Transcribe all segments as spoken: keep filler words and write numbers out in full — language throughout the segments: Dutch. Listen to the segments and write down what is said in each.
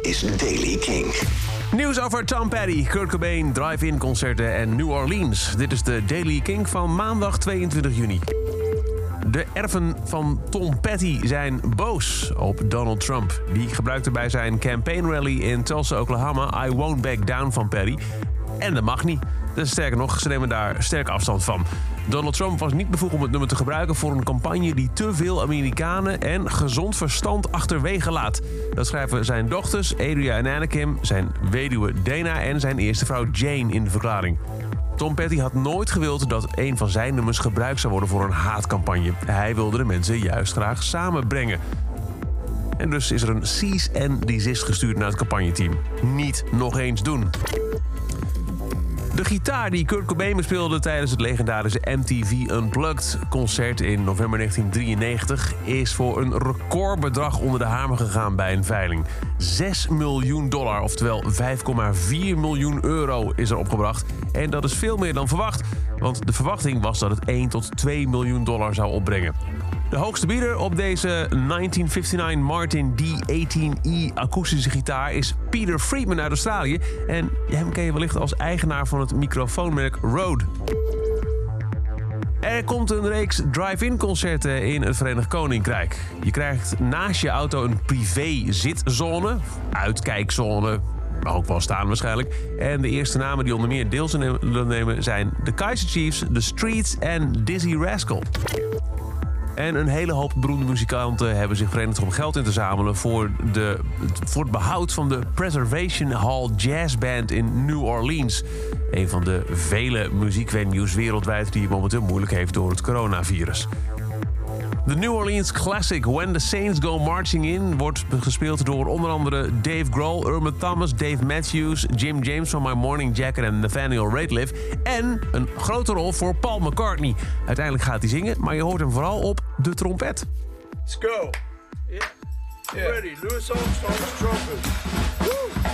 is Daily Kink. Nieuws over Tom Petty, Kurt Cobain, drive-in concerten en New Orleans. Dit is de Daily Kink van maandag tweeëntwintig juni. De erfen van Tom Petty zijn boos op Donald Trump. Die gebruikte bij zijn campaign rally in Tulsa, Oklahoma... I Won't Back Down van Petty. En dat mag niet. Dus sterker nog, ze nemen daar sterk afstand van. Donald Trump was niet bevoegd om het nummer te gebruiken voor een campagne die te veel Amerikanen en gezond verstand achterwege laat. Dat schrijven zijn dochters Adria en Anakim, zijn weduwe Dana en zijn eerste vrouw Jane in de verklaring. Tom Petty had nooit gewild dat een van zijn nummers gebruikt zou worden voor een haatcampagne. Hij wilde de mensen juist graag samenbrengen. En dus is er een cease and desist gestuurd naar het campagneteam. Niet nog eens doen. De gitaar die Kurt Cobain bespeelde tijdens het legendarische M T V Unplugged-concert in november negentien drieënnegentig... is voor een recordbedrag onder de hamer gegaan bij een veiling. zes miljoen dollar, oftewel vijf komma vier miljoen euro, is er opgebracht. En dat is veel meer dan verwacht, want de verwachting was dat het één tot twee miljoen dollar zou opbrengen. De hoogste bieder op deze negentien vijfennegentig Martin D achttien E akoestische gitaar is Peter Friedman uit Australië. En hem ken je wellicht als eigenaar van het microfoonmerk Rode. Er komt een reeks drive-in concerten in het Verenigd Koninkrijk. Je krijgt naast je auto een privé zitzone, uitkijkzone, maar ook wel staan waarschijnlijk. En de eerste namen die onder meer deel zullen nemen zijn de Kaiser Chiefs, The Streets en Dizzy Rascal. En een hele hoop beroemde muzikanten hebben zich verenigd om geld in te zamelen voor, de, voor het behoud van de Preservation Hall Jazz Band in New Orleans. Een van de vele muziekvenues wereldwijd die het momenteel moeilijk heeft door het coronavirus. De New Orleans Classic When the Saints Go Marching In wordt gespeeld door onder andere Dave Grohl, Irma Thomas, Dave Matthews, Jim James van My Morning Jacket en Nathaniel Rateliff. En een grote rol voor Paul McCartney. Uiteindelijk gaat hij zingen, maar je hoort hem vooral op de trompet. Let's go. Yeah. Yeah. Ready. Louis Armstrong's trumpet. Woo!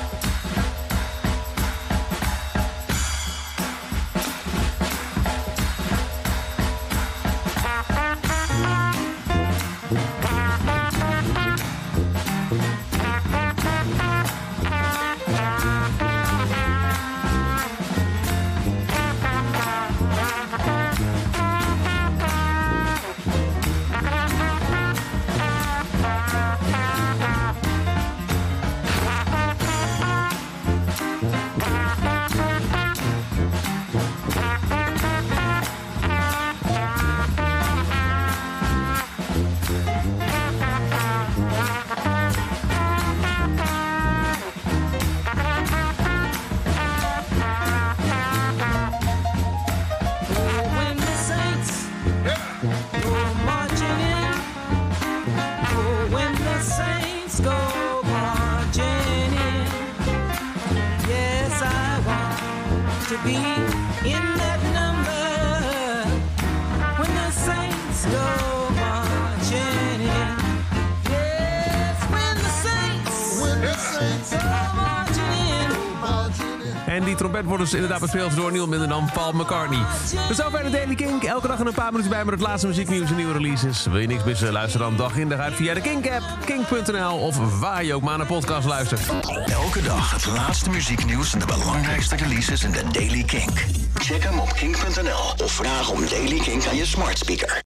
To be in that number when the saints go marching in. Yes, when the saints, when the saints go marching in. En die trompet wordt dus inderdaad bespeeld door niemand minder dan Paul McCartney. Dus zover de Daily Kink. Elke dag in een paar minuten bij met het laatste muzieknieuws en nieuwe releases. Wil je niks missen? Luister dan dag in dag uit via de Kink-app, kink punt n l of waar je ook maar naar podcast luistert. Elke dag het laatste muzieknieuws en de belangrijkste releases in de Daily Kink. Check hem op kink punt n l of vraag om Daily Kink aan je smart speaker.